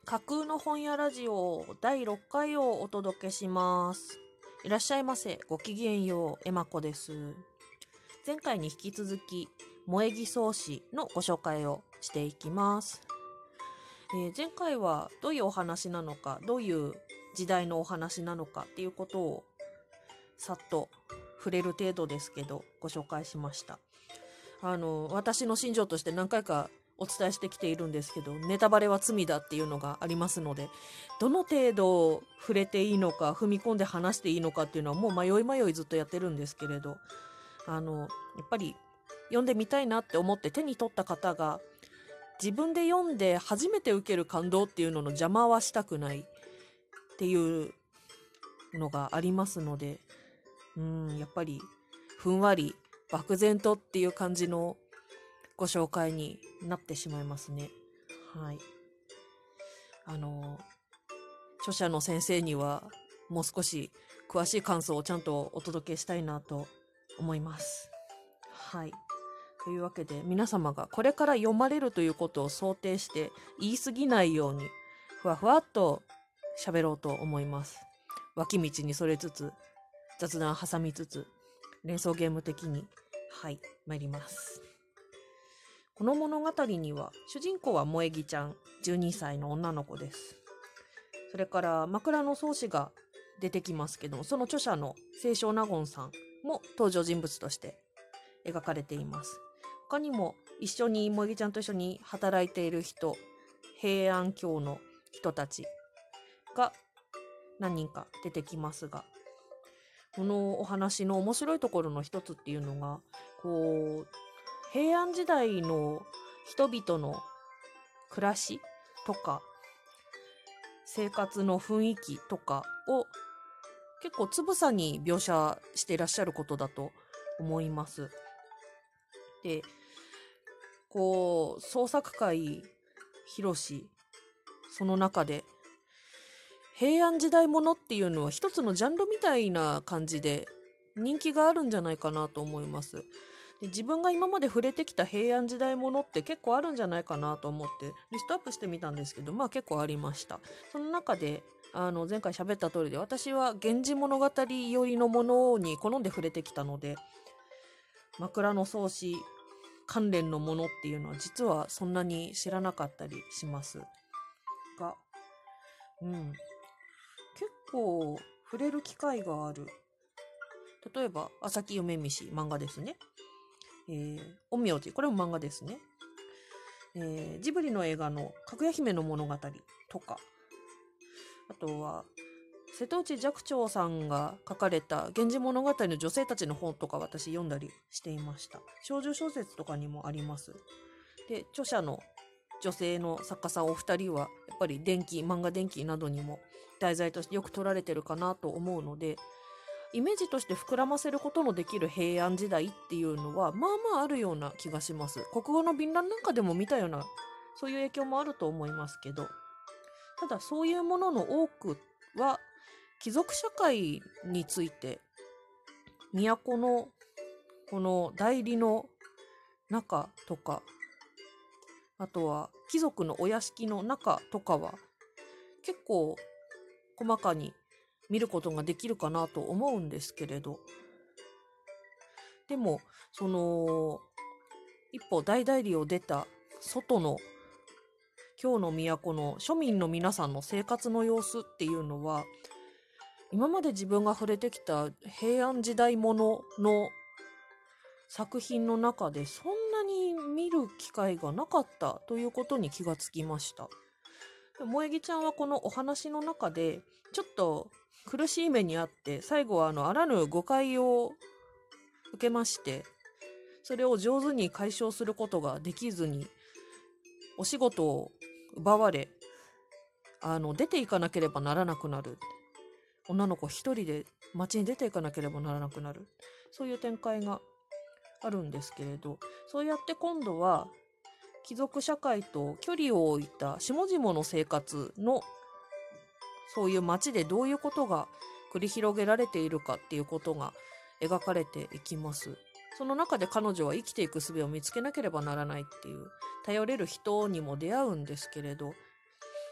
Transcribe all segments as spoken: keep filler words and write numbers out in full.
架空の本屋ラジオだいろっかいをお届けします。いらっしゃいませ。ごきげんよう、えまこです。前回に引き続き萌木草子のご紹介をしていきます。えー、前回はどういうお話なのか、どういう時代のお話なのかっていうことをさっと触れる程度ですけどご紹介しました。あの私の信条として何回かお伝えしてきているんですけど、ネタバレは罪だっていうのがありますので、どの程度触れていいのか踏み込んで話していいのかっていうのはもう迷い迷いずっとやってるんですけれど、あのやっぱり読んでみたいなって思って手に取った方が自分で読んで初めて受ける感動っていうのの邪魔はしたくないっていうのがありますので、うんやっぱりふんわり漠然とっていう感じのご紹介になってしまいますね。はい。あの著者の先生にはもう少し詳しい感想をちゃんとお届けしたいなと思います。はい。というわけで皆様がこれから読まれるということを想定して言い過ぎないようにふわふわっと喋ろうと思います。脇道にそれつつ雑談挟みつつ連想ゲーム的にはい参ります。この物語には主人公は萌木ちゃんじゅうにさいの女の子です。それから枕草子が出てきますけども、その著者の清少納言さんも登場人物として描かれています。他にも一緒に萌木ちゃんと一緒に働いている人、平安京の人たちが何人か出てきますが、このお話の面白いところの一つっていうのが、こう平安時代の人々の暮らしとか生活の雰囲気とかを結構つぶさに描写していらっしゃることだと思います。で、こう創作会広し、その中で平安時代ものっていうのは一つのジャンルみたいな感じで人気があるんじゃないかなと思います。で、自分が今まで触れてきた平安時代ものって結構あるんじゃないかなと思ってリストアップしてみたんですけど、まあ結構ありました。その中であの前回喋った通りで、私は源氏物語寄りのものに好んで触れてきたので、枕草子関連のものっていうのは実はそんなに知らなかったりしますが、うん結構触れる機会がある。例えば朝木夢見氏、漫画ですね。えー、陰陽師、これも漫画ですね。えー、ジブリの映画のかぐや姫の物語とか、あとは瀬戸内寂聴さんが書かれた源氏物語の女性たちの本とか私読んだりしていました。少女小説とかにもあります。で、著者の女性の作家さんお二人はやっぱり電気、漫画電気などにも題材としてよく取られてるかなと思うので、イメージとして膨らませることのできる平安時代っていうのはまあまああるような気がします。国語の便覧なんかでも見たようなそういう影響もあると思いますけど、ただそういうものの多くは貴族社会について、都のこの代理の中とか、あとは貴族のお屋敷の中とかは結構細かに見ることができるかなと思うんですけれど、でもその一歩大々理を出た外の京の都の庶民の皆さんの生活の様子っていうのは、今まで自分が触れてきた平安時代ものの作品の中でそんなに見る機会がなかったということに気がつきました。萌木ちゃんはこのお話の中でちょっと苦しい目にあって、最後はあのあらぬ誤解を受けまして、それを上手に解消することができずにお仕事を奪われ、あの出ていかなければならなくなる。女の子一人で街に出ていかなければならなくなる。そういう展開があるんですけれど、そうやって今度は貴族社会と距離を置いた下々の生活の、そういう街でどういうことが繰り広げられているかっていうことが描かれていきます。その中で彼女は生きていく術を見つけなければならないっていう、頼れる人にも出会うんですけれど、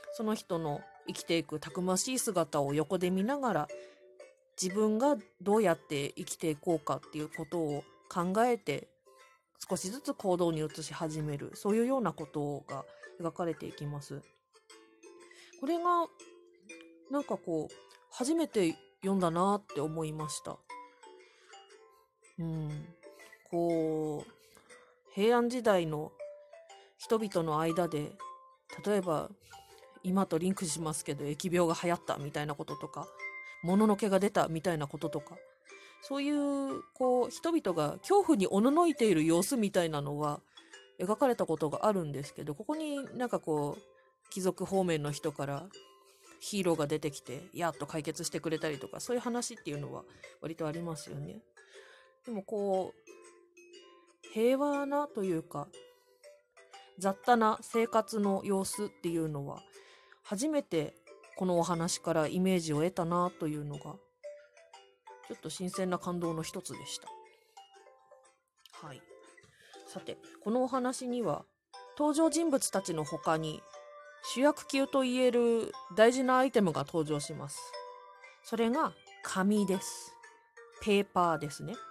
その人の生きていくたくましい姿を横で見ながら、自分がどうやって生きていこうかっていうことを考えて、少しずつ行動に移し始める、そういうようなことが描かれていきます。これがなんかこう初めて読んだなって思いました。うん、こう平安時代の人々の間で、例えば今とリンクしますけど、疫病が流行ったみたいなこととか、もののけが出たみたいなこととか、そういうこう人々が恐怖におののいている様子みたいなのは描かれたことがあるんですけど、ここになんかこう貴族方面の人からヒーローが出てきてやっと解決してくれたりとか、そういう話っていうのは割とありますよね。でもこう平和なというか雑多な生活の様子っていうのは初めてこのお話からイメージを得たなというのがちょっと新鮮な感動の一つでした。はい。さて、このお話には登場人物たちの他に主役級といえる大事なアイテムが登場します。それが紙です。ペーパーですね。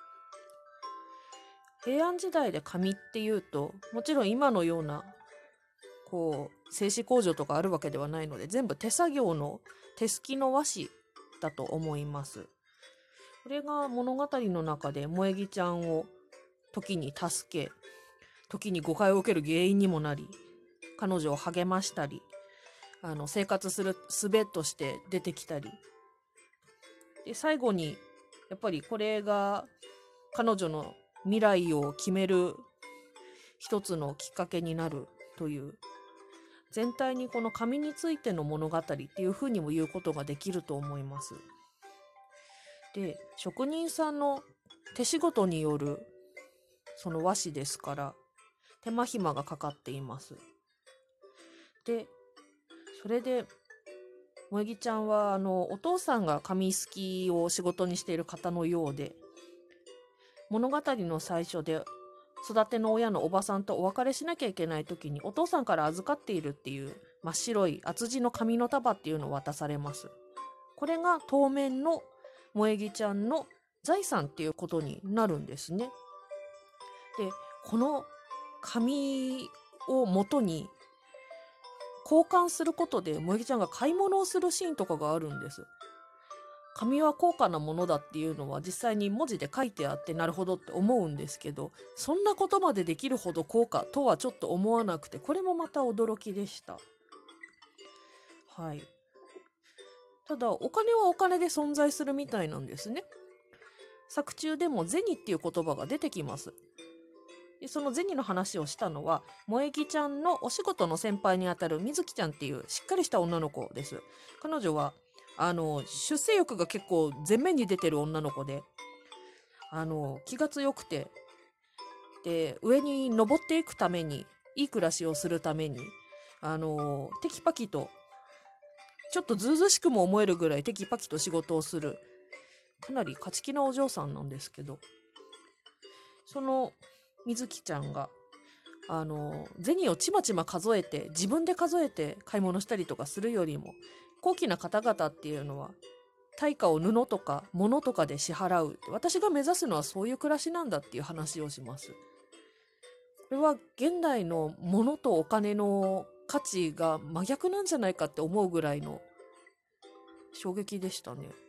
平安時代で紙っていうと、もちろん今のようなこう製紙工場とかあるわけではないので、全部手作業の手すきの和紙だと思います。これが物語の中で萌木ちゃんを時に助け、時に誤解を受ける原因にもなり、彼女を励ましたり、あの生活する術として出てきたりで、最後にやっぱりこれが彼女の未来を決める一つのきっかけになるという、全体にこの紙についての物語っていうふうにも言うことができると思います。で、職人さんの手仕事によるその和紙ですから手間暇がかかっています。で、それで萌木ちゃんはあのお父さんが紙すきを仕事にしている方のようで、物語の最初で育ての親のおばさんとお別れしなきゃいけない時にお父さんから預かっているっていう真っ白い厚地の紙の束っていうのを渡されます。これが当面の萌木ちゃんの財産っていうことになるんですね。で、この紙を元に交換することで萌木ちゃんが買い物をするシーンとかがあるんです。紙は高価なものだっていうのは実際に文字で書いてあってなるほどって思うんですけど、そんなことまでできるほど高価とはちょっと思わなくて、これもまた驚きでした。はい。ただお金はお金で存在するみたいなんですね。作中でも銭っていう言葉が出てきます。でその銭の話をしたのは萌木ちゃんのお仕事の先輩にあたるみずきちゃんっていうしっかりした女の子です。彼女はあの出世欲が結構前面に出てる女の子で、あの気が強くて、で上に登っていくために、いい暮らしをするためにあのテキパキと、ちょっとずうずうしくも思えるぐらいテキパキと仕事をする、かなり勝ち気なお嬢さんなんですけど、そのみずきちゃんがあの銭をちまちま数えて自分で数えて買い物したりとかするよりも、高貴な方々っていうのは対価を布とか物とかで支払う、私が目指すのはそういう暮らしなんだっていう話をします。これは現代の物とお金の価値が真逆なんじゃないかって思うぐらいの衝撃でしたね。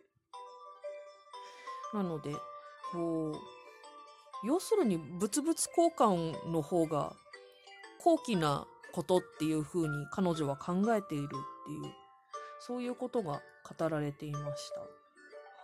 なのでこう要するに物々交換の方が高貴なことっていう風に彼女は考えているっていう、そういうことが語られていました。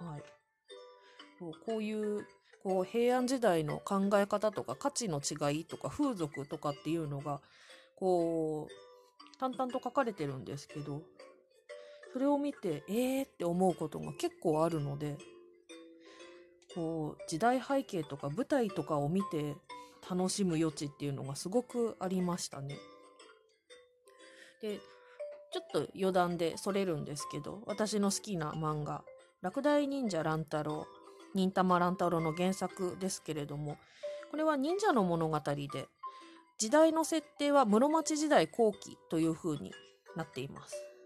はい。こうこういうこう平安時代の考え方とか価値の違いとか風俗とかっていうのがこう淡々と書かれてるんですけど、それを見てえーって思うことが結構あるので、こう時代背景とか舞台とかを見て楽しむ余地っていうのがすごくありましたね。で、ちょっと余談でそれるんですけど、私の好きな漫画落第忍者乱太郎、忍たま乱太郎の原作ですけれども、これは忍者の物語で、時代の設定は室町時代後期という風になっています。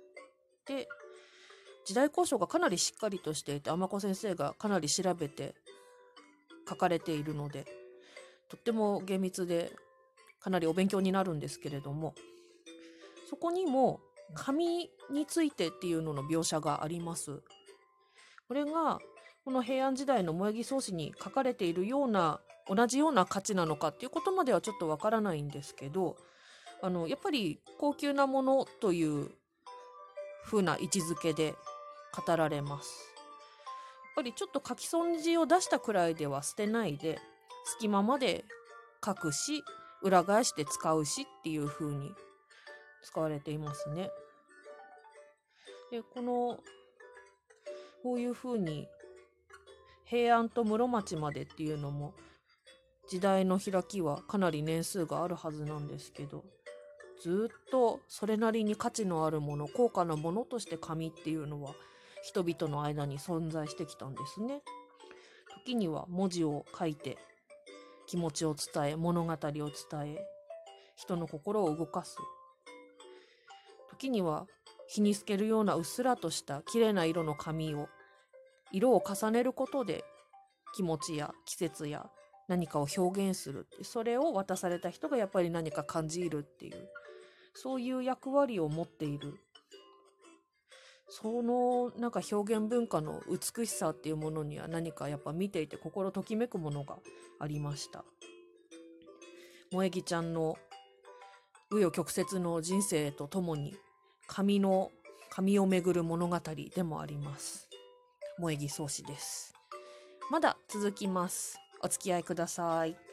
で、時代考証がかなりしっかりとしていて、尼子先生がかなり調べて書かれているので、とっても厳密でかなりお勉強になるんですけれども、そこにも紙についてっていうのの描写があります。これがこの平安時代の萌木草子に書かれているような同じような価値なのかっていうことまではちょっとわからないんですけど、あのやっぱり高級なものという風な位置づけで語られます。やっぱりちょっと書き損じを出したくらいでは捨てないで、隙間まで書くし、裏返して使うしっていう風に使われていますね。で、このこういう風に平安と室町までっていうのも時代の開きはかなり年数があるはずなんですけど、ずっとそれなりに価値のあるもの、高価なものとして紙っていうのは人々の間に存在してきたんですね。時には文字を書いて気持ちを伝え、物語を伝え、人の心を動かす。時には日に透けるようなうっすらとした綺麗な色の紙を色を重ねることで気持ちや季節や何かを表現する。それを渡された人がやっぱり何か感じるっていう、そういう役割を持っている。そのなんか表現文化の美しさっていうものには何かやっぱ見ていて心ときめくものがありました。萌木ちゃんの紆余曲折の人生とともに紙の紙をめぐる物語でもあります。萌木草子です。まだ続きます。お付き合いください。